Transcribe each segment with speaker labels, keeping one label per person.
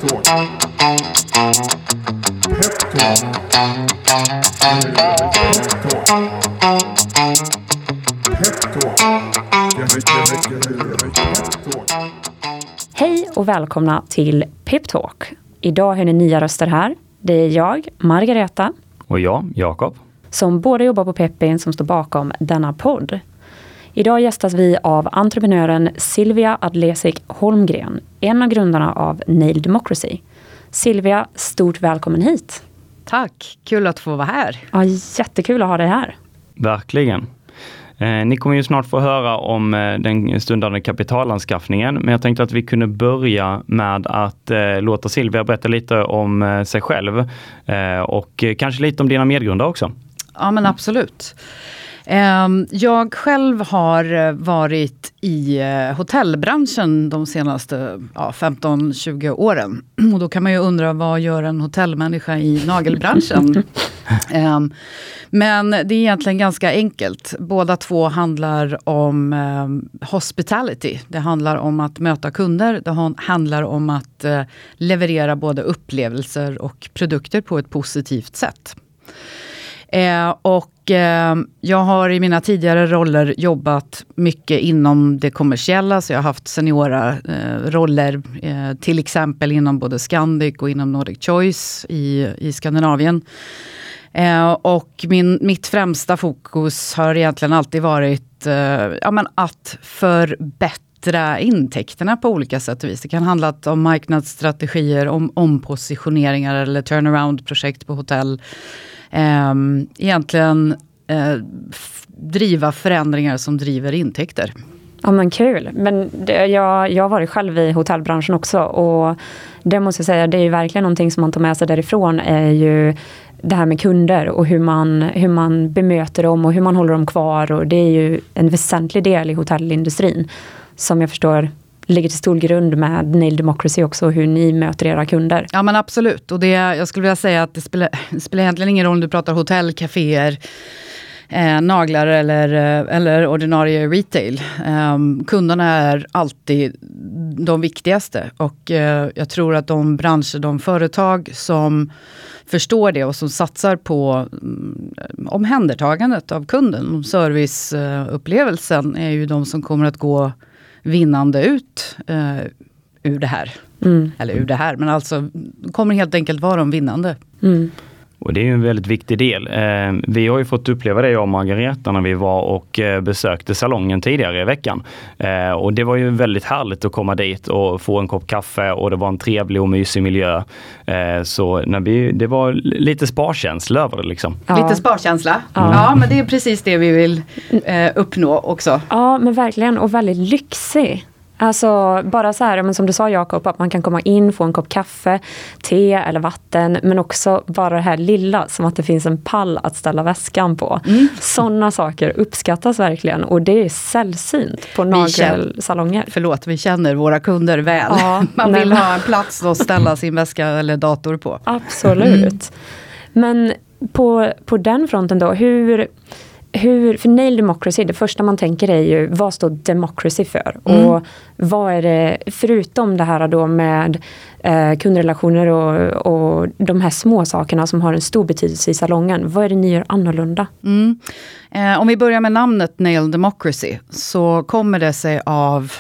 Speaker 1: Hej och välkomna till Pep Talk. Idag har ni nya röster här. Det är jag, Margareta.
Speaker 2: Och jag, Jakob.
Speaker 1: Som båda jobbar på Pepin som står bakom denna podd. Idag gästas vi av entreprenören Silvia Adlesik Holmgren, en av grundarna av Nail Democracy. Silvia, stort välkommen hit.
Speaker 3: Tack, kul att få vara här.
Speaker 1: Ja, jättekul att ha dig här.
Speaker 2: Verkligen. Ni kommer ju snart få höra om den stundande kapitalanskaffningen, men jag tänkte att vi kunde börja med att låta Silvia berätta lite om sig själv och kanske lite om dina medgrundare också.
Speaker 3: Ja, men absolut. Jag själv har varit i hotellbranschen de senaste 15-20 åren. Och då kan man ju undra, vad gör en hotellmänniska i nagelbranschen? Men det är egentligen ganska enkelt. Båda två handlar om hospitality. Det handlar om att möta kunder. Det handlar om att leverera både upplevelser och produkter på ett positivt sätt. Jag har i mina tidigare roller jobbat mycket inom det kommersiella, så jag har haft seniora roller till exempel inom både Scandic och inom Nordic Choice i Skandinavien. Och mitt främsta fokus har egentligen alltid varit att förbättra intäkterna på olika sätt och vis. Det kan handla om marknadsstrategier, om ompositioneringar eller turnaround-projekt på hotell. Egentligen driva förändringar som driver intäkter.
Speaker 1: Ja, men kul. Men jag har varit själv i hotellbranschen också, och det måste jag säga, det är ju verkligen någonting som man tar med sig därifrån, är ju det här med kunder och hur man bemöter dem och hur man håller dem kvar, och det är ju en väsentlig del i hotellindustrin som jag förstår ligger till stor grund med Nail Democracy också, hur ni möter era kunder.
Speaker 3: Ja, men absolut. Och jag skulle vilja säga att det spelar egentligen ingen roll om du pratar hotell, kaféer, naglar eller ordinarie retail. Kunderna är alltid de viktigaste, och jag tror att de branscher, de företag som förstår det och som satsar på omhändertagandet av kunden, serviceupplevelsen, är ju de som kommer att gå vinnande ut ur det här. Eller ur det här, men alltså kommer helt enkelt vara de vinnande.
Speaker 2: Och det är ju en väldigt viktig del. Vi har ju fått uppleva det, jag och Margareta, när vi var och besökte salongen tidigare i veckan. Och det var ju väldigt härligt att komma dit och få en kopp kaffe, och det var en trevlig och mysig miljö. Så det var lite sparkänsla över det liksom.
Speaker 3: Ja. Lite sparkänsla. Ja, men det är precis det vi vill uppnå också.
Speaker 1: Ja, men verkligen, och väldigt lyxig. Alltså bara så här, men som du sa Jakob, att man kan komma in, få en kopp kaffe, te eller vatten, men också bara det här lilla, som att det finns en pall att ställa väskan på. Sådana saker uppskattas verkligen, och det är sällsynt på nagelsalonger.
Speaker 3: Vi känner våra kunder väl. Ja, man vill ha en plats att ställa sin väska eller dator på.
Speaker 1: Absolut. Men på den fronten då, för Nail Democracy, det första man tänker är ju, vad står democracy för? Och vad är det, förutom det här då med kundrelationer och de här små sakerna som har en stor betydelse i salongen, vad är det ni gör annorlunda?
Speaker 3: Om vi börjar med namnet Nail Democracy, så kommer det sig av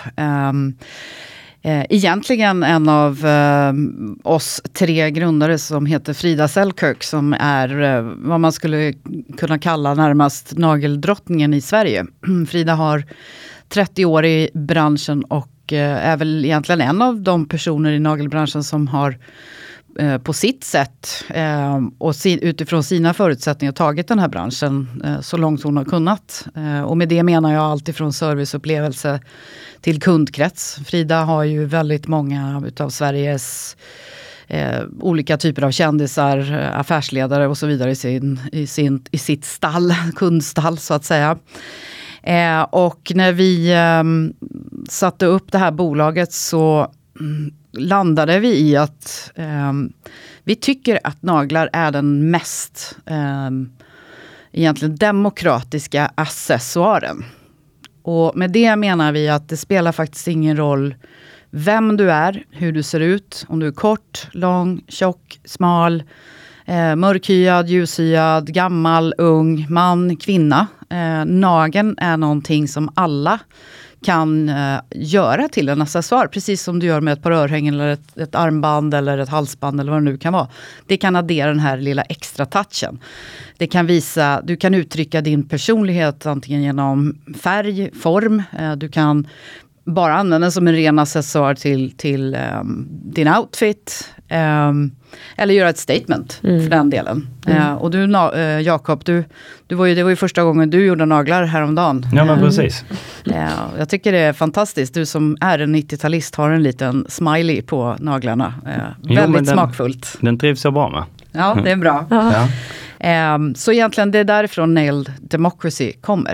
Speaker 3: egentligen en av oss 3 grundare som heter Frida Selkirk, som är vad man skulle kunna kalla närmast nageldrottningen i Sverige. Frida har 30 år i branschen och är väl egentligen en av de personer i nagelbranschen som har på sitt sätt och utifrån sina förutsättningar tagit den här branschen så långt hon har kunnat. Och med det menar jag allt ifrån serviceupplevelse till kundkrets. Frida har ju väldigt många utav Sveriges olika typer av kändisar, affärsledare och så vidare i sitt stall, kundstall så att säga. Och när vi satte upp det här bolaget så landade vi i att vi tycker att naglar är den mest egentligen demokratiska accessoaren. Och med det menar vi att det spelar faktiskt ingen roll vem du är, hur du ser ut. Om du är kort, lång, tjock, smal, mörkhyad, ljushyad, gammal, ung, man, kvinna. Nageln är någonting som alla kan göra till en accessoar. Precis som du gör med ett par örhängen eller ett armband eller ett halsband eller vad det nu kan vara. Det kan addera den här lilla extra touchen. Det kan visa, du kan uttrycka din personlighet antingen genom färg, form. Du kan bara använda den som en ren accessoar till din outfit. Eller göra ett statement för den delen. Och du, Jakob, det var ju första gången du gjorde naglar häromdagen.
Speaker 2: Ja, men precis.
Speaker 3: Jag tycker det är fantastiskt. Du som är en 90-talist har en liten smiley på naglarna. Väldigt smakfullt.
Speaker 2: Den trivs jag bra med.
Speaker 3: Ja, det är bra.
Speaker 2: Ja.
Speaker 3: Så egentligen det är därifrån Nailed Democracy kommer.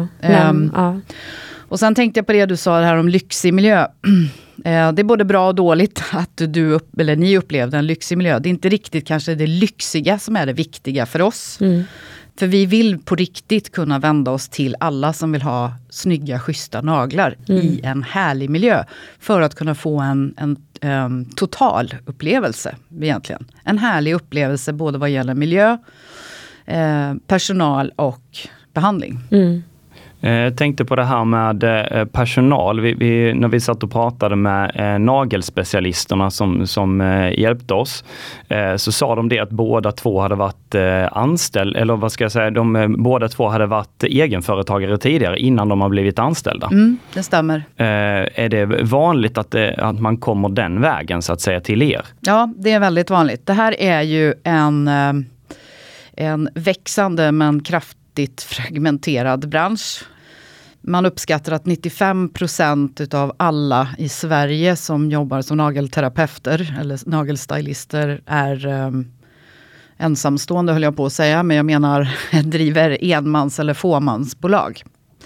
Speaker 3: Och sen tänkte jag på det du sa här om lyxig miljö. Det är både bra och dåligt att ni upplevde en lyxig miljö. Det är inte riktigt kanske det lyxiga som är det viktiga för oss. För vi vill på riktigt kunna vända oss till alla som vill ha snygga, schyssta naglar i en härlig miljö. För att kunna få en total upplevelse egentligen. En härlig upplevelse både vad gäller miljö, personal och behandling.
Speaker 2: Jag tänkte på det här med personal. När vi satt och pratade med nagelspecialisterna som hjälpte oss, så sa de det att båda två hade varit anställda, eller vad ska jag säga, båda två hade varit egenföretagare tidigare innan de har blivit anställda.
Speaker 3: Det stämmer.
Speaker 2: Är det vanligt att man kommer den vägen så att säga till er? Ja,
Speaker 3: det är väldigt vanligt. Det här är ju en växande men kraftigt fragmenterad bransch. Man uppskattar att 95% av alla i Sverige som jobbar som nagelterapeuter eller nagelstylister är ensamstående, höll jag på att säga. Men jag menar driver enmans- eller fåmansbolag.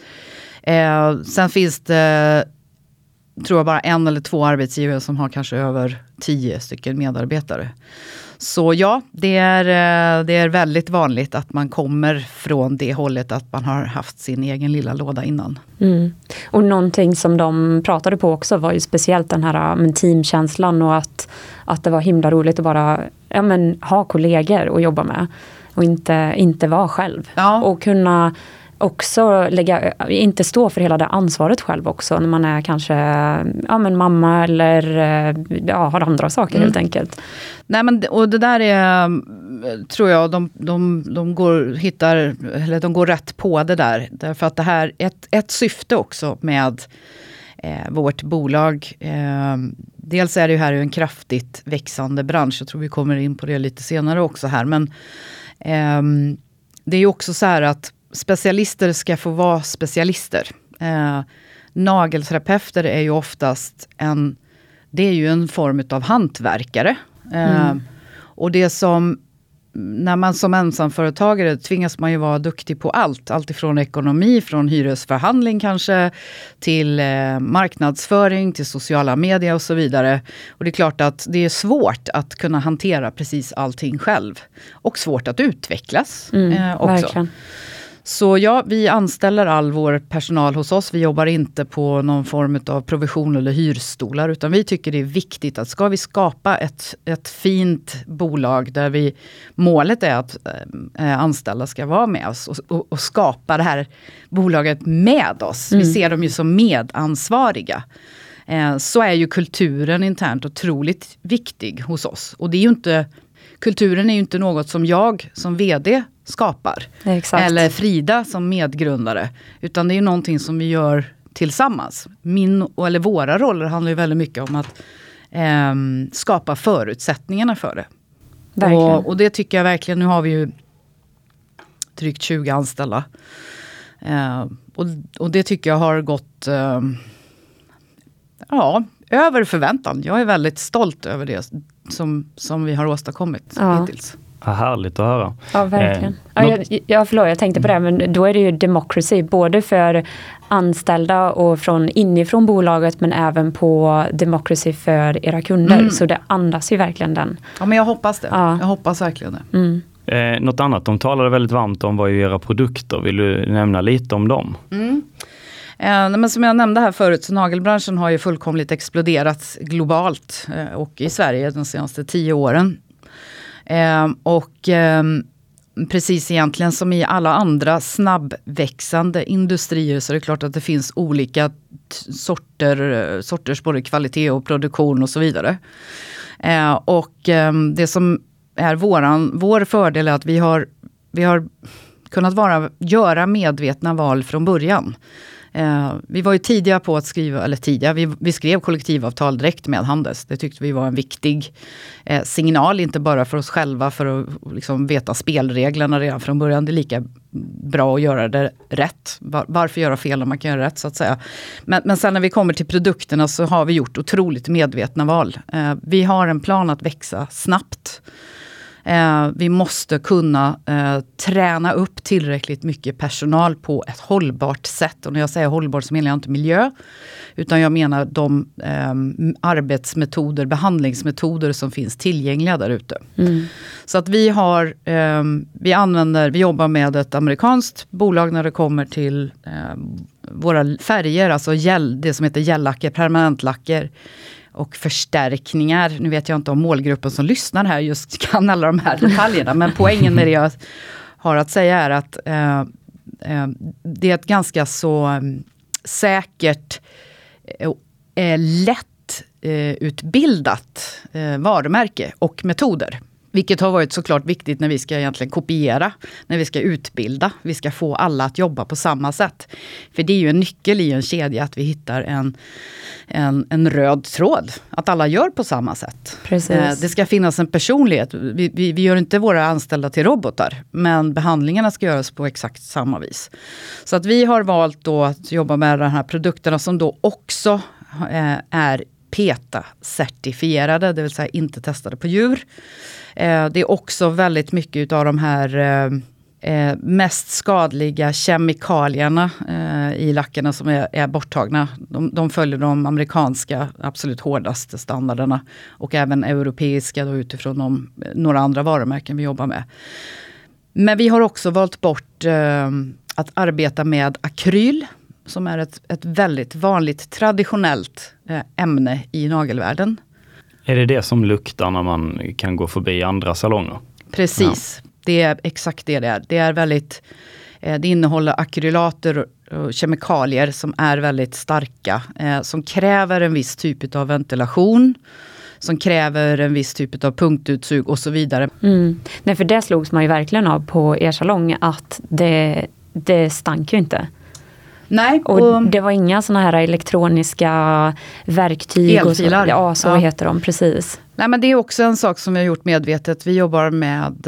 Speaker 3: Sen finns det, tror jag, bara 1 eller 2 arbetsgivare som har kanske över 10 stycken medarbetare. Så ja, det är väldigt vanligt att man kommer från det hållet att man har haft sin egen lilla låda innan.
Speaker 1: Och någonting som de pratade på också var ju speciellt den här teamkänslan och att det var himla roligt att bara ha kollegor att jobba med och inte vara själv. Ja. Och kunna också inte stå för hela det ansvaret själv också när man är kanske mamma eller har andra saker helt enkelt.
Speaker 3: Nej, men och det där är, tror jag, de går rätt på det där. Därför att det här är ett syfte också med vårt bolag. Dels är det ju här en kraftigt växande bransch. Jag tror vi kommer in på det lite senare också här. Men det är ju också så här att specialister ska få vara specialister. Nagelterapeuter är ju oftast en form av hantverkare. Och det som, när man som ensamföretagare tvingas man ju vara duktig på allt. Allt ifrån ekonomi, från hyresförhandling kanske, till marknadsföring, till sociala medier och så vidare. Och det är klart att det är svårt att kunna hantera precis allting själv. Och svårt att utvecklas också. Verkligen. Så ja, vi anställer all vår personal hos oss. Vi jobbar inte på någon form av provision eller hyrstolar. Utan vi tycker det är viktigt att ska vi skapa ett fint bolag där målet är att anställda ska vara med oss. Och skapa det här bolaget med oss. Vi ser dem ju som medansvariga. Så är ju kulturen internt otroligt viktig hos oss. Och det är ju inte, kulturen är ju inte något som jag som vd skapar. Exakt. Eller Frida som medgrundare. Utan det är ju någonting som vi gör tillsammans. Eller våra roller handlar ju väldigt mycket om att skapa förutsättningarna för det. Och det tycker jag verkligen. Nu har vi ju drygt 20 anställda. Och det tycker jag har gått över förväntan. Jag är väldigt stolt över det som vi har åstadkommit hittills.
Speaker 2: Ja, härligt att höra.
Speaker 1: Ja, verkligen. Jag tänkte på det, men då är det ju democracy, både för anställda och inifrån bolaget, men även på democracy för era kunder. Så det andas ju verkligen den.
Speaker 3: Ja, men jag hoppas det. Ja. Jag hoppas verkligen det.
Speaker 2: Något annat de talade väldigt varmt om var ju era produkter. Vill du nämna lite om dem?
Speaker 3: Men som jag nämnde här förut, så nagelbranschen har ju fullkomligt exploderat globalt och i Sverige de senaste 10 åren. Precis egentligen som i alla andra snabbväxande industrier, så är det klart att det finns olika sorters både kvalitet och produktion och så vidare. Det som är vår fördel är att vi har kunnat göra medvetna val från början. Vi var ju tidiga på att vi skrev kollektivavtal direkt med Handels. Det tyckte vi var en viktig signal, inte bara för oss själva för att liksom veta spelreglerna redan från början. Det är lika bra att göra det rätt. Varför göra fel om man kan göra rätt, så att säga. Men sen när vi kommer till produkterna så har vi gjort otroligt medvetna val. Vi har en plan att växa snabbt. Vi måste kunna träna upp tillräckligt mycket personal på ett hållbart sätt. Och när jag säger hållbart så menar jag inte miljö. Utan jag menar de arbetsmetoder, behandlingsmetoder som finns tillgängliga där ute. Så att vi jobbar med ett amerikanskt bolag när det kommer till våra färger. Alltså det som heter gellacker, permanentlacker. Och förstärkningar. Nu vet jag inte om målgruppen som lyssnar här just kan alla de här detaljerna. Men poängen med det jag har att säga är att det är ett ganska så säkert lätt utbildat varumärke och metoder. Vilket har varit såklart viktigt när vi ska egentligen kopiera, när vi ska utbilda. Vi ska få alla att jobba på samma sätt. För det är ju en nyckel i en kedja att vi hittar en röd tråd. Att alla gör på samma sätt.
Speaker 1: Precis.
Speaker 3: Det ska finnas en personlighet. Vi gör inte våra anställda till robotar. Men behandlingarna ska göras på exakt samma vis. Så att vi har valt då att jobba med de här produkterna som då också är PETA-certifierade, det vill säga inte testade på djur. Det är också väldigt mycket av de här mest skadliga kemikalierna i lackerna som är borttagna. De följer de amerikanska absolut hårdaste standarderna och även europeiska då, utifrån några andra varumärken vi jobbar med. Men vi har också valt bort att arbeta med akryl, som är ett väldigt vanligt traditionellt ämne i nagelvärlden. Är
Speaker 2: det som luktar när man kan gå förbi andra salonger?
Speaker 3: Precis, ja. Det är exakt det är. Det är väldigt, det innehåller akrylater och kemikalier som är väldigt starka. Som kräver en viss typ av ventilation. Som kräver en viss typ av punktutsug och så vidare.
Speaker 1: Nej, för det slogs man ju verkligen av på er salong att det stank ju inte.
Speaker 3: Nej,
Speaker 1: och det var inga såna här elektroniska verktyg.
Speaker 3: Elfilar.
Speaker 1: Ja, så heter de, precis.
Speaker 3: Nej, men det är också en sak som vi har gjort medvetet. Vi jobbar med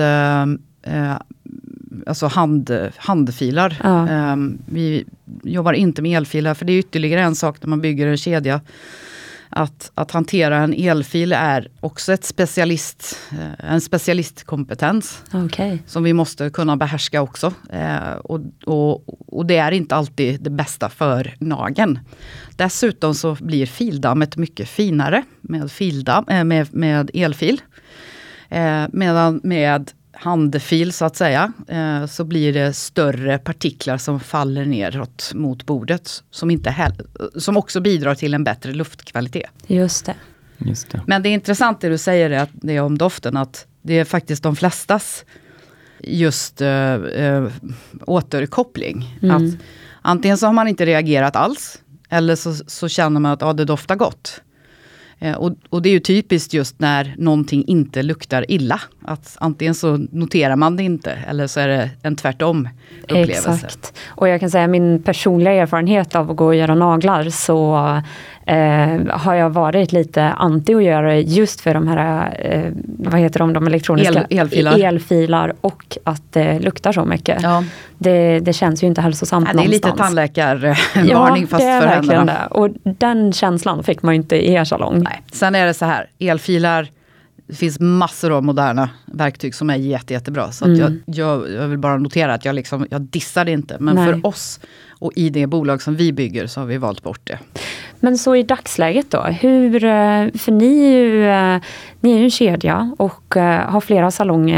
Speaker 3: alltså handfilar. Ja. Vi jobbar inte med elfilar, för det är ytterligare en sak när man bygger en kedja. Att hantera en elfil är också en specialistkompetens.
Speaker 1: Okay.
Speaker 3: Som vi måste kunna behärska också. Och det är inte alltid det bästa för nageln. Dessutom så blir fildammet mycket finare med elfil. Medan med handfil så att säga, så blir det större partiklar som faller neråt mot bordet. Som också bidrar till en bättre luftkvalitet.
Speaker 1: Just det.
Speaker 3: Men det är intressant det du säger det är om doften, att det är faktiskt de flestas just återkoppling. Att antingen så har man inte reagerat alls, eller så känner man att det doftar gott. Och det är ju typiskt just när någonting inte luktar illa. Att antingen så noterar man det inte, eller så är det en tvärtom upplevelse.
Speaker 1: Exakt. Och jag kan säga min personliga erfarenhet av att gå och göra naglar, så har jag varit lite anti att göra det just för de här, vad heter de elektroniska elfilar och att det luktar så mycket. Ja. Det känns ju inte hälsosamt någonstans. Det är lite
Speaker 3: tandläkarvarning fast för händerna.
Speaker 1: Och den känslan fick man ju inte i er salong.
Speaker 3: Nej. Sen är det så här, elfilar, det finns massor av moderna verktyg som är jättebra. Så att jag vill bara notera att jag dissar det inte. Men för oss och i det bolag som vi bygger så har vi valt bort det.
Speaker 1: Men så i dagsläget då, för ni är ju en kedja och har flera salonger.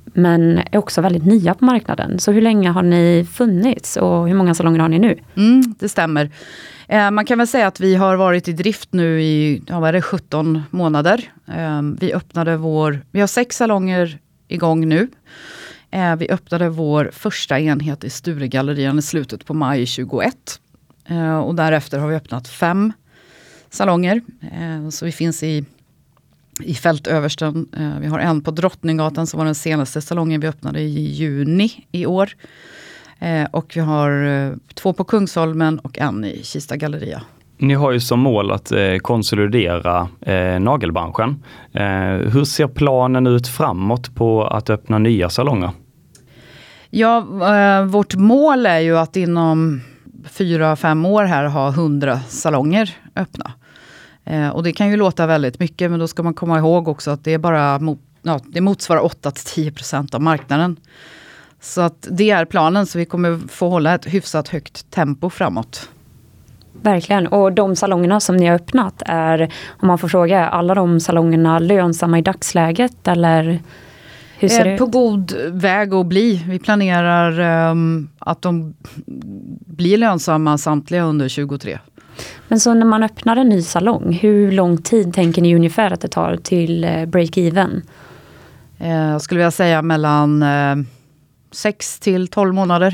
Speaker 1: men är också väldigt nya på marknaden. Så hur länge har ni funnits och hur många salonger har ni nu?
Speaker 3: Det stämmer. Man kan väl säga att vi har varit i drift nu i 17 månader. Vi har 6 salonger igång nu. Vi öppnade vår första enhet i Sturegallerian i slutet på maj 2021. Och därefter har vi öppnat 5 salonger. Så vi finns i Fältöversten. Vi har en på Drottninggatan som var den senaste salongen vi öppnade i juni i år. Och vi har 2 på Kungsholmen och en i Kista galleria.
Speaker 2: Ni har ju som mål att konsolidera nagelbranschen. Hur ser planen ut framåt på att öppna nya salonger?
Speaker 3: Ja, vårt mål är ju att inom 4-5 år här ha 100 salonger öppna. Och det kan ju låta väldigt mycket, men då ska man komma ihåg också att det är bara det motsvarar 8-10% av marknaden. Så att det är planen, så vi kommer få hålla ett hyfsat högt tempo framåt.
Speaker 1: Verkligen, och de salongerna som ni har öppnat är, om man får fråga, alla de salongerna lönsamma i dagsläget eller hur ser det ut?
Speaker 3: På god väg att bli. Vi planerar att de blir lönsamma samtliga under 2023.
Speaker 1: Men så när man öppnar en ny salong, hur lång tid tänker ni ungefär att det tar till break-even?
Speaker 3: Jag skulle vilja säga mellan 6 till 12 månader.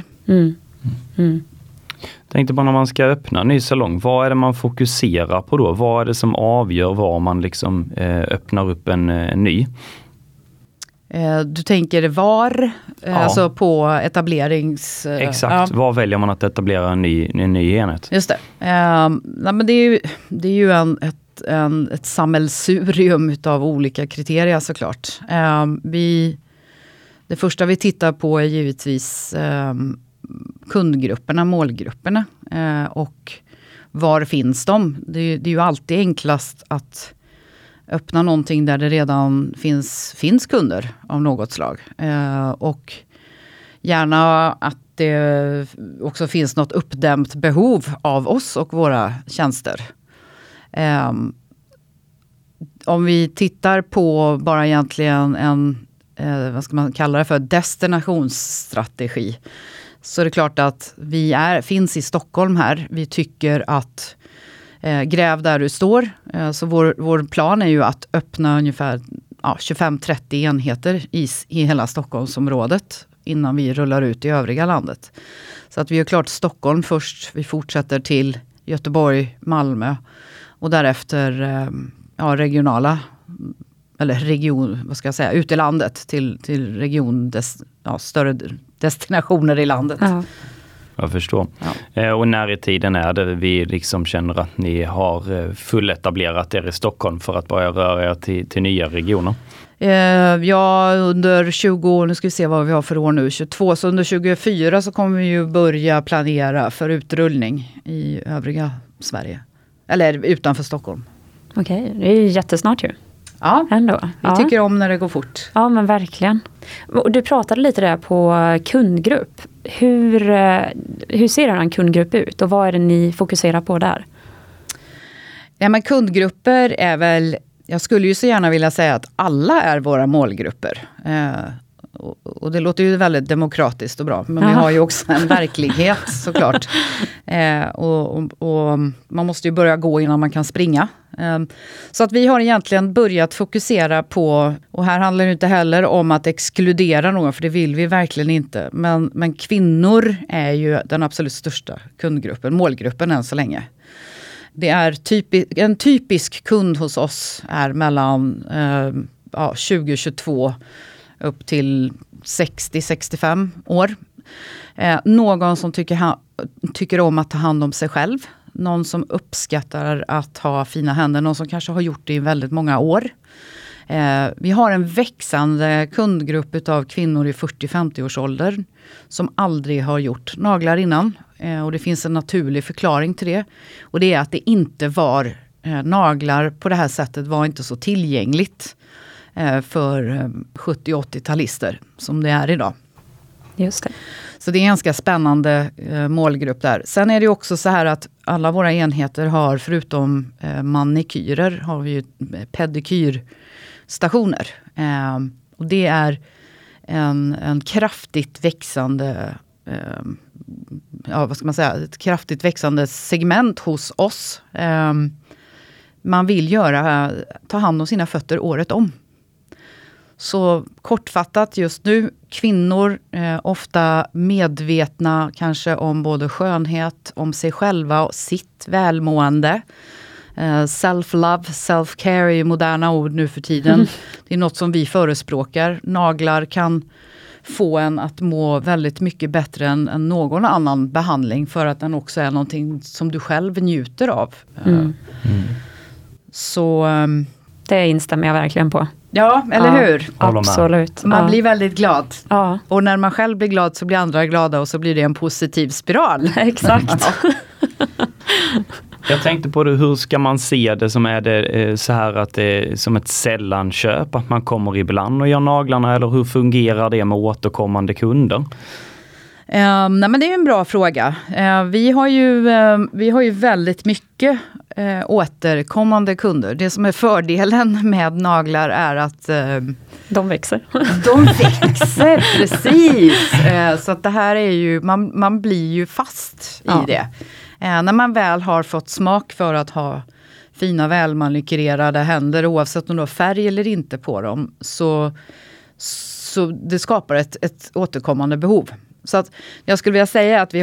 Speaker 2: Tänkte bara när man ska öppna en ny salong, vad är det man fokuserar på då? Vad är det som avgör var man liksom öppnar upp en ny?
Speaker 3: Du tänker var? Alltså på etablerings...
Speaker 2: Exakt, var väljer man att etablera en ny enhet? Just
Speaker 3: det. Men det är ju ett sammelsurium utav olika kriterier såklart. Det första vi tittar på är givetvis kundgrupperna, målgrupperna. Och var finns de? Det är ju alltid enklast att öppna någonting där det redan finns kunder av något slag. Och gärna att det också finns något uppdämt behov av oss och våra tjänster. Om vi tittar på bara egentligen en, vad ska man kalla det för, destinationsstrategi. Så är det klart att vi finns i Stockholm här. Vi tycker att gräv där du står. Så vår plan är ju att öppna ungefär 25-30 enheter i hela Stockholmsområdet innan vi rullar ut i övriga landet. Så att vi gör klart Stockholm först. Vi fortsätter till Göteborg, Malmö och därefter regionala eller region, vad ska jag säga, ut i landet till större destinationer i landet.
Speaker 1: Ja.
Speaker 2: Jag förstår. Ja. Och när i tiden är det vi liksom känner att ni har fulletablerat er i Stockholm för att börja röra er till nya regioner?
Speaker 3: Under 20 år, nu ska vi se vad vi har för år nu, 22, så under 2024 så kommer vi ju börja planera för utrullning i övriga Sverige. Eller utanför Stockholm.
Speaker 1: Okej, det är ju jättesnart ju.
Speaker 3: Ja,
Speaker 1: ändå.
Speaker 3: Vi tycker om när det går fort.
Speaker 1: Ja, men verkligen. Och du pratade lite där på kundgrupp. Hur ser en kundgrupp ut och vad är det ni fokuserar på där?
Speaker 3: Ja, men kundgrupper är väl, jag skulle ju så gärna vilja säga att alla är våra målgrupper. Och det låter ju väldigt demokratiskt och bra. Men vi har ju också en verklighet såklart. Och man måste ju börja gå innan man kan springa. Så att vi har egentligen börjat fokusera på, och här handlar det inte heller om att exkludera någon, för det vill vi verkligen inte. Men kvinnor är ju den absolut största kundgruppen, målgruppen än så länge. Det är en typisk kund hos oss är mellan 20-22 upp till 60-65 år. Någon som tycker om att ta hand om sig själv. Någon som uppskattar att ha fina händer. Någon som kanske har gjort det i väldigt många år. Vi har en växande kundgrupp av kvinnor i 40-50-årsåldern som aldrig har gjort naglar innan. Och det finns en naturlig förklaring till det. Och det är att det inte var, naglar på det här sättet var inte så tillgängligt för 70-80-talister som det är idag.
Speaker 1: Just det.
Speaker 3: Så det är en ganska spännande målgrupp där. Sen är det också så här att alla våra enheter har, förutom manikyrer, har vi ju pedikyrstationer. Och det är en kraftigt växande vad ska man säga, ett kraftigt växande segment hos oss. Man vill ta hand om sina fötter året om. Så kortfattat just nu, kvinnor ofta medvetna kanske om både skönhet, om sig själva och sitt välmående. Self-love, self-care är moderna ord nu för tiden. Det är något som vi förespråkar. Naglar kan få en att må väldigt mycket bättre än någon annan behandling, för att den också är någonting som du själv njuter av. Så
Speaker 1: det instämmer jag verkligen på.
Speaker 3: Ja, eller hur?
Speaker 1: Absolut.
Speaker 3: Man blir väldigt glad.
Speaker 1: Ja.
Speaker 3: Och när man själv blir glad så blir andra glada, och så blir det en positiv spiral.
Speaker 1: Exakt.
Speaker 2: Jag tänkte på det, hur ska man se det, som är det så här att det är som ett sällanköp, att man kommer ibland och gör naglarna, eller hur fungerar det med återkommande kunder?
Speaker 3: Nej, men det är en bra fråga. Vi har ju väldigt mycket återkommande kunder. Det som är fördelen med naglar är att
Speaker 1: de växer.
Speaker 3: De växer, precis. Så att det här är ju, man blir ju fast i det. När man väl har fått smak för att ha fina välmanikurerade händer, oavsett om du har färg eller inte på dem, så det skapar ett återkommande behov. Så att jag skulle vilja säga att vi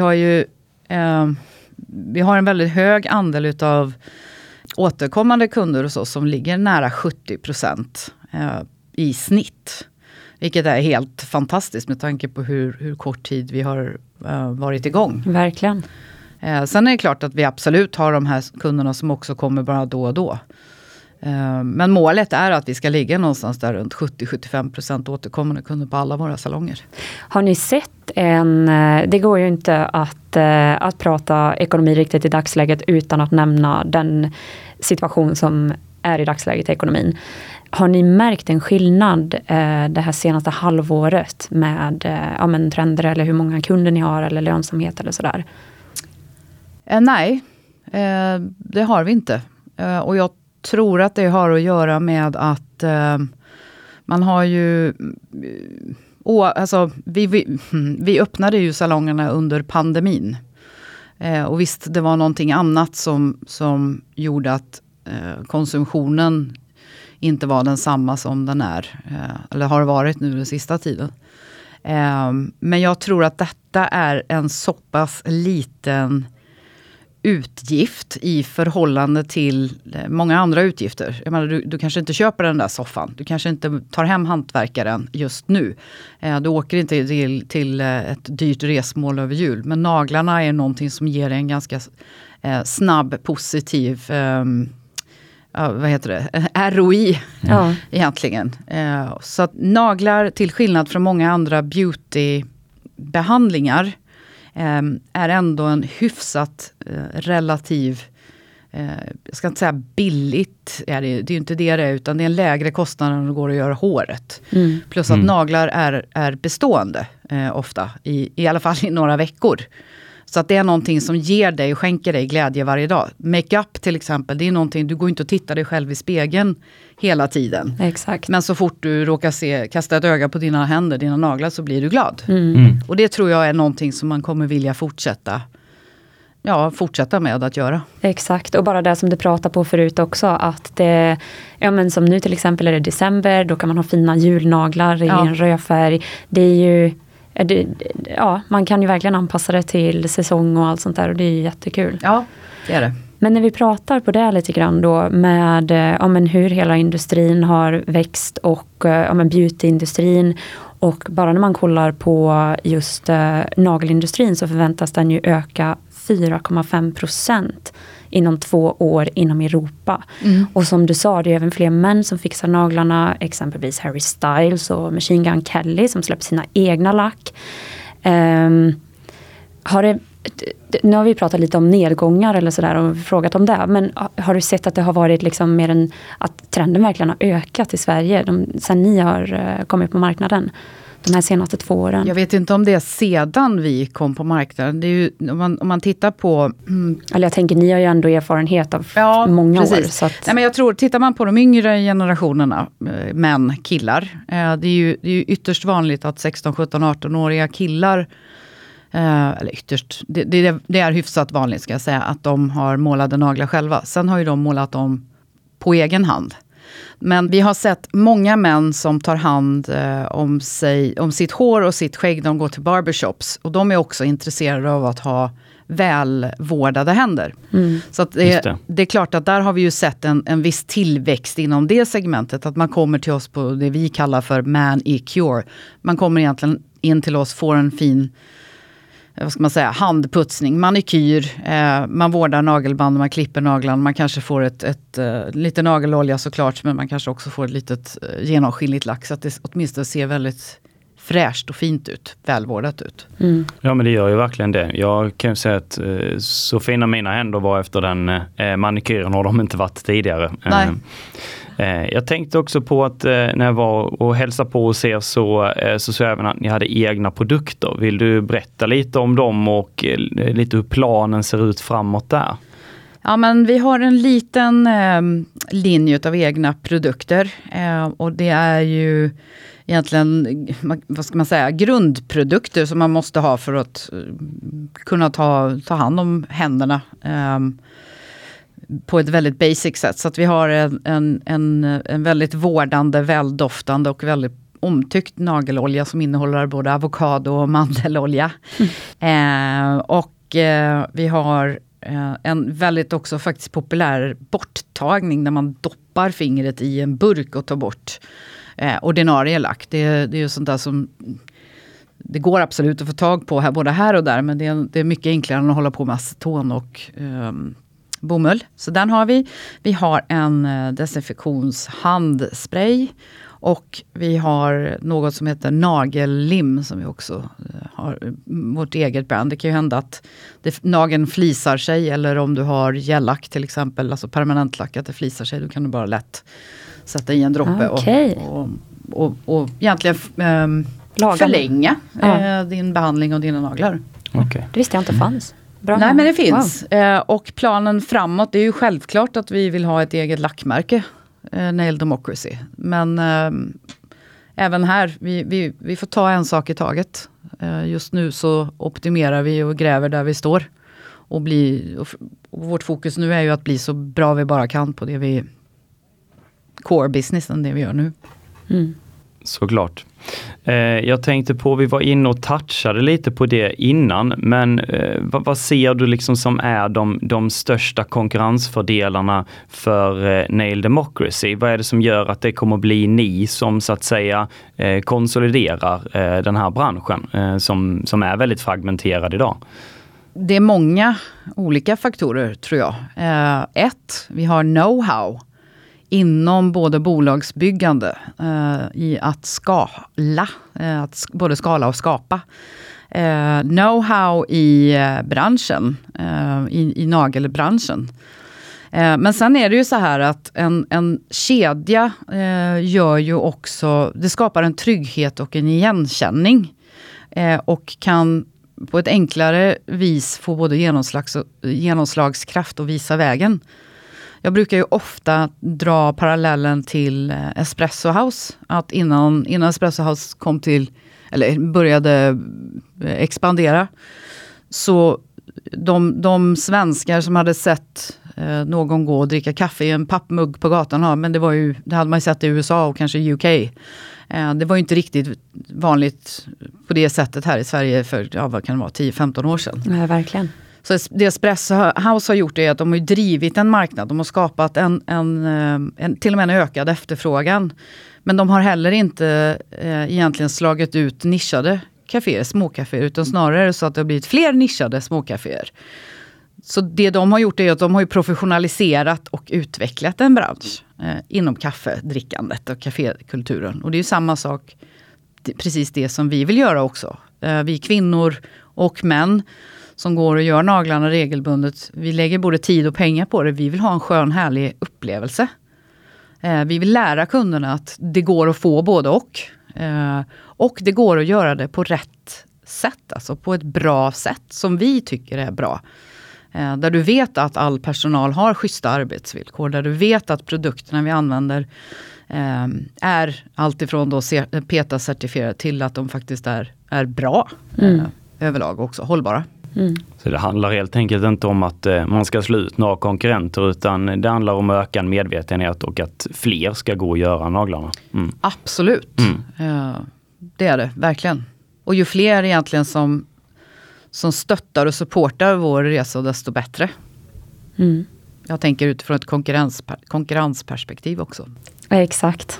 Speaker 3: har en väldigt hög andel utav återkommande kunder hos oss som ligger nära 70% i snitt. Vilket är helt fantastiskt med tanke på hur kort tid vi har varit igång.
Speaker 1: Verkligen.
Speaker 3: Sen är det klart att vi absolut har de här kunderna som också kommer bara då och då. Men målet är att vi ska ligga någonstans där runt 70-75% återkommande kunder på alla våra salonger.
Speaker 1: Har ni sett det går ju inte att prata ekonomi riktigt i dagsläget utan att nämna den situation som är i dagsläget i ekonomin. Har ni märkt en skillnad det här senaste halvåret med trender, eller hur många kunder ni har, eller lönsamhet eller sådär?
Speaker 3: Nej, det har vi inte. Och jag tror att det har att göra med att man har ju... vi öppnade ju salongerna under pandemin. Och visst, det var någonting annat som gjorde att konsumtionen inte var densamma som den är. Eller har varit nu den sista tiden. Men jag tror att detta är en så pass liten utgift i förhållande till många andra utgifter. Jag menar, du kanske inte köper den där soffan. Du kanske inte tar hem hantverkaren just nu. Du åker inte till ett dyrt resmål över jul. Men naglarna är någonting som ger en ganska snabb, positiv ROI egentligen. Så att naglar, till skillnad från många andra beautybehandlingar, är ändå en hyfsat relativ, jag ska inte säga billigt, det är ju inte det är, utan det är en lägre kostnad än det går att göra håret. Plus att naglar är bestående ofta, i alla fall i några veckor. Så att det är någonting som ger dig och skänker dig glädje varje dag. Makeup till exempel, det är någonting, du går inte och tittar dig själv i spegeln hela tiden.
Speaker 1: Exakt.
Speaker 3: Men så fort du råkar kasta ett öga på dina händer, dina naglar, så blir du glad. Och det tror jag är någonting som man kommer vilja fortsätta med att göra.
Speaker 1: Exakt, och bara det som du pratade på förut också, att det, som nu till exempel är det december, då kan man ha fina julnaglar i en rödfärg. Det är ju... man kan ju verkligen anpassa det till säsong och allt sånt där, och det är jättekul.
Speaker 3: Ja, det är det.
Speaker 1: Men när vi pratar på det lite grann då med hur hela industrin har växt och beautyindustrin, och bara när man kollar på just nagelindustrin, så förväntas den ju öka 4,5% inom 2 år inom Europa. Och som du sa, det är även fler män som fixar naglarna, exempelvis Harry Styles och Machine Gun Kelly som släpper sina egna lack. Nu har vi pratat lite om nedgångar eller sådär och frågat om det, men har du sett att det har varit liksom mer än att trenden verkligen har ökat i Sverige sen ni har kommit på marknaden? de här senaste 2 åren?
Speaker 3: Jag vet inte om det är sedan vi kom på marknaden. Det är ju, om man tittar på...
Speaker 1: Eller jag tänker, ni har ju ändå erfarenhet av många år. Så att...
Speaker 3: Nej, men jag tror, tittar man på de yngre generationerna, män, killar. Det är ju ytterst vanligt att 16, 17, 18-åriga killar, eller ytterst, det är hyfsat vanligt ska jag säga, att de har målade naglar själva. Sen har ju de målat dem på egen hand. Men vi har sett många män som tar hand om sitt hår och sitt skägg. De går till barbershops. Och de är också intresserade av att ha välvårdade händer. Så att det är klart att där har vi ju sett en viss tillväxt inom det segmentet. Att man kommer till oss på det vi kallar för man-e-cure. Man kommer egentligen in till oss, får en fin... vad ska man säga, handputsning, manikyr, man vårdar nagelband, man klipper naglarna, man kanske får ett lite nagelolja såklart, men man kanske också får ett litet genomskinligt lack så att det åtminstone ser väldigt fräscht och fint ut, välvårdat ut.
Speaker 2: Ja, men det gör ju verkligen det. Jag kan ju säga att så fina mina händer var efter den manikyren har de inte varit tidigare.
Speaker 3: Nej.
Speaker 2: Jag tänkte också på att när jag var och hälsade på hos er så såg jag även att ni hade egna produkter. Vill du berätta lite om dem och lite hur planen ser ut framåt där?
Speaker 3: Ja, men vi har en liten linje av egna produkter och det är ju egentligen, vad ska man säga, grundprodukter som man måste ha för att kunna ta hand om händerna på ett väldigt basic sätt. Så att vi har en väldigt vårdande, väldoftande och väldigt omtyckt nagelolja som innehåller både avokado och mandelolja. Vi har en väldigt också faktiskt populär borttagning när man doppar fingret i en burk och tar bort ordinarie lack. Det är ju sånt där som det går absolut att få tag på både här och där, men det är mycket enklare än att hålla på med aceton och bomull. Så den har vi. Vi har en desinfektionshandspray och vi har något som heter nagellim som vi också har vårt eget brand. Det kan ju hända att nageln flisar sig, eller om du har gellack till exempel, alltså permanentlack, att det flisar sig, då kan du bara lätt sätta i en droppe och egentligen förlänga din behandling av dina naglar.
Speaker 2: Okay.
Speaker 1: Det visste jag inte fanns. Bra.
Speaker 3: Nej, men det finns. Wow. Och planen framåt, det är ju självklart att vi vill ha ett eget lackmärke, Nail Democracy. Men även här, vi får ta en sak i taget. Just nu så optimerar vi och gräver där vi står. Och vårt fokus nu är ju att bli så bra vi bara kan på det vi core businessen, det vi gör nu.
Speaker 2: Såklart. Jag tänkte på, vi var inne och touchade lite på det innan, men vad ser du liksom som är de största konkurrensfördelarna för Nail Democracy? Vad är det som gör att det kommer bli ni som så att säga konsoliderar den här branschen som är väldigt fragmenterad idag?
Speaker 3: Det är många olika faktorer tror jag. Vi har know-how inom både bolagsbyggande i att skala, både skala och skapa. Know-how i branschen, i nagelbranschen. Men sen är det ju så här att en kedja gör ju också, det skapar en trygghet och en igenkänning. Och kan på ett enklare vis få både genomslagskraft och visa vägen. Jag brukar ju ofta dra parallellen till Espresso House. Att innan Espresso House började expandera. Så de svenskar som hade sett någon gå och dricka kaffe i en pappmugg på gatan. Men det hade man ju sett i USA och kanske i UK. Det var ju inte riktigt vanligt på det sättet här i Sverige för, vad kan det vara, 10-15 år sedan.
Speaker 1: Ja, verkligen.
Speaker 3: Så det Espresso House har gjort är att de har drivit en marknad. De har skapat en till och med en ökad efterfrågan. Men de har heller inte egentligen slagit ut nischade kaféer, småkaféer. Utan snarare så att det har blivit fler nischade småkaféer. Så det de har gjort är att de har ju professionaliserat och utvecklat en bransch inom kaffedrickandet och kafékulturen. Och det är ju samma sak, precis det som vi vill göra också. Vi kvinnor och män som går och gör naglarna regelbundet. Vi lägger både tid och pengar på det. Vi vill ha en skön, härlig upplevelse. Vi vill lära kunderna att det går att få både och. Och det går att göra det på rätt sätt, alltså på ett bra sätt som vi tycker är bra. Där du vet att all personal har schyssta arbetsvillkor, där du vet att produkterna vi använder är alltifrån då PETA-certifierade till att de faktiskt är bra överlag också, hållbara.
Speaker 2: Så det handlar helt enkelt inte om att man ska slå ut några konkurrenter, utan det handlar om att öka en medvetenhet och att fler ska gå och göra naglarna.
Speaker 3: Absolut, det är det, verkligen. Och ju fler egentligen som stöttar och supportar vår resa, desto bättre. Jag tänker utifrån ett konkurrensperspektiv också.
Speaker 1: Ja, exakt.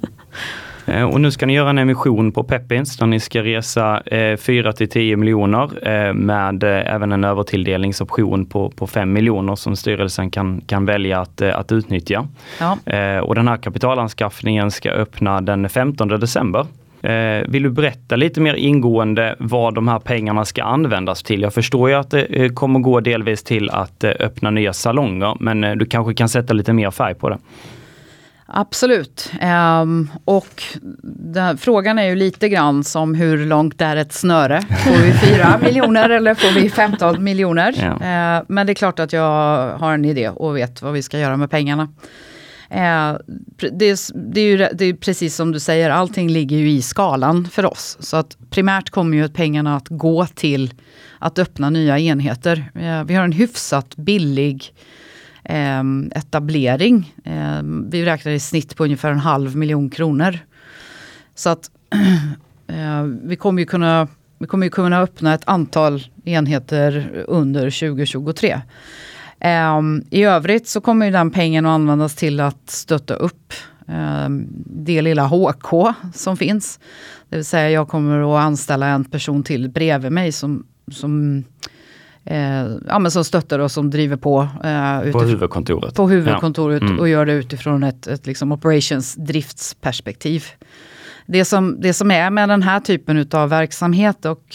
Speaker 2: Och nu ska ni göra en emission på Pepins där ni ska resa 4-10 miljoner med även en övertilldelningsoption på 5 miljoner som styrelsen kan välja att utnyttja.
Speaker 3: Ja.
Speaker 2: Och den här kapitalanskaffningen ska öppna den 15 december. Vill du berätta lite mer ingående vad de här pengarna ska användas till? Jag förstår ju att det kommer gå delvis till att öppna nya salonger, men du kanske kan sätta lite mer färg på det.
Speaker 3: Absolut. Och frågan är ju lite grann som hur långt är ett snöre? Får vi 4 miljoner eller får vi 15 miljoner? Ja. Men det är klart att jag har en idé och vet vad vi ska göra med pengarna. Det är precis som du säger, allting ligger ju i skalan för oss. Så att primärt kommer ju pengarna att gå till att öppna nya enheter. Vi har en hyfsat billig etablering. Vi räknar i snitt på ungefär 500 000 kronor. Så att vi kommer ju kunna öppna ett antal enheter under 2023. I övrigt så kommer ju den pengen att användas till att stötta upp det lilla HK som finns. Det vill säga jag kommer att anställa en person till bredvid mig som stöttar och som driver på
Speaker 2: huvudkontoret.
Speaker 3: På huvudkontoret och gör det utifrån ett liksom operations driftsperspektiv. Det som är med den här typen av verksamhet och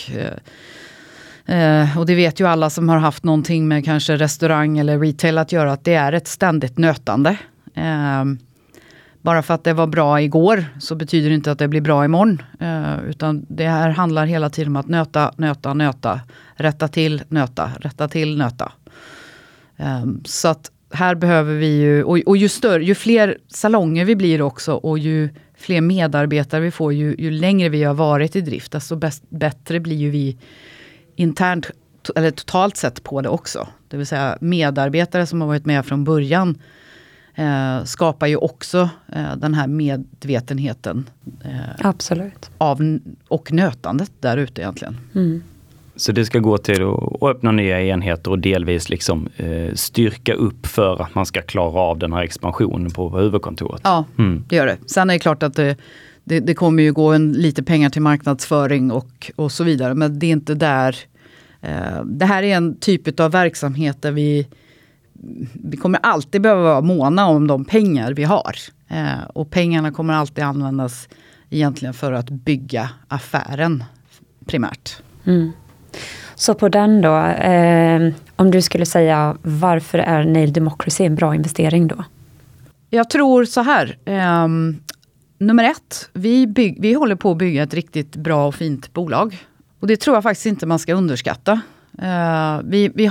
Speaker 3: det vet ju alla som har haft någonting med kanske restaurang eller retail att göra, att det är ett ständigt nötande. Bara för att det var bra igår så betyder det inte att det blir bra imorgon. Utan det här handlar hela tiden om att nöta. Rätta till, nöta. Så att här behöver vi ju, och ju fler salonger vi blir också och ju fler medarbetare vi får, ju längre vi har varit i drift, desto bättre blir ju vi internt eller totalt sett på det också. Det vill säga medarbetare som har varit med från början skapar ju också den här medvetenheten
Speaker 1: Absolut.
Speaker 3: Och nötandet där ute egentligen.
Speaker 2: Så det ska gå till att öppna nya enheter och delvis liksom styrka upp för att man ska klara av den här expansionen på huvudkontoret.
Speaker 3: Ja, det gör det. Sen är det klart att det kommer ju gå lite pengar till marknadsföring och så vidare. Men det är inte där. Det här är en typ av verksamhet där vi kommer alltid behöva vara måna om de pengar vi har. Och pengarna kommer alltid användas egentligen för att bygga affären primärt.
Speaker 1: Så på den då, om du skulle säga varför är Nail Democracy en bra investering då?
Speaker 3: Jag tror så här. Nummer 1, vi håller på att bygga ett riktigt bra och fint bolag. Och det tror jag faktiskt inte man ska underskatta. Vi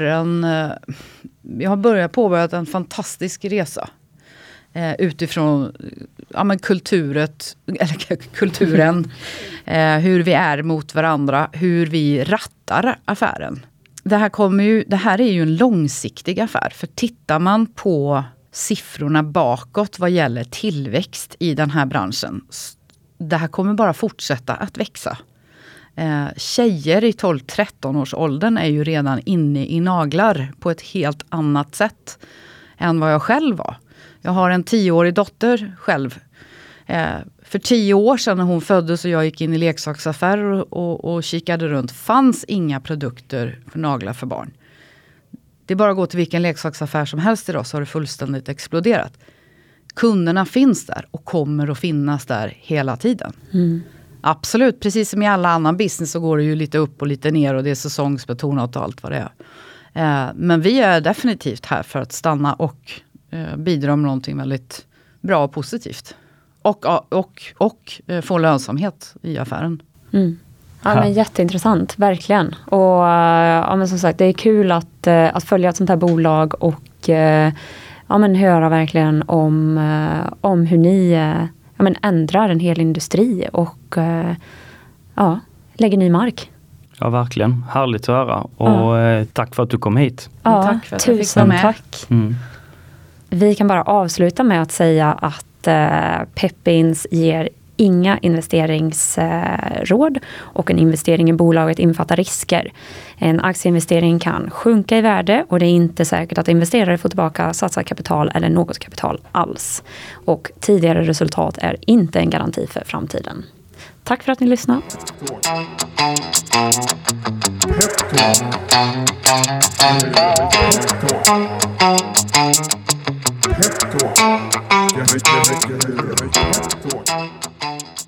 Speaker 3: har påbörjat en fantastisk resa. Utifrån kulturen, hur vi är mot varandra, hur vi rattar affären. Det här är ju en långsiktig affär. För tittar man på siffrorna bakåt vad gäller tillväxt i den här branschen, det här kommer bara fortsätta att växa. Tjejer i 12-13 års åldern är ju redan inne i naglar på ett helt annat sätt än vad jag själv var. Jag har en 10-årig dotter själv. För 10 år sedan när hon föddes och jag gick in i leksaksaffärer och kikade runt, fanns inga produkter för naglar för barn. Det är bara att gå till vilken leksaksaffär som helst idag så har det fullständigt exploderat. Kunderna finns där och kommer att finnas där hela tiden. Absolut, precis som i alla annan business så går det ju lite upp och lite ner och det är säsongsbetonat och allt vad det är. Men vi är definitivt här för att stanna och bidra med någonting väldigt bra och positivt. och få lönsamhet i affären.
Speaker 1: Mm. Ja, men jätteintressant, verkligen. Och men som sagt, det är kul att följa ett sånt här bolag och höra verkligen om hur ni ändrar en hel industri och lägger ny mark.
Speaker 2: Ja, verkligen. Härligt att höra. Och tack för att du kom hit.
Speaker 1: Ja,
Speaker 3: tack för att jag fick vara
Speaker 1: tusen
Speaker 3: med.
Speaker 1: tack.
Speaker 2: Mm.
Speaker 1: Vi kan bara avsluta med att säga att Pepins ger inga investeringsråd och en investering i bolaget infattar risker. En aktieinvestering kan sjunka i värde och det är inte säkert att investerare får tillbaka satsat kapital eller något kapital alls. Och tidigare resultat är inte en garanti för framtiden. Tack för att ni lyssnade.
Speaker 4: Pep Talk.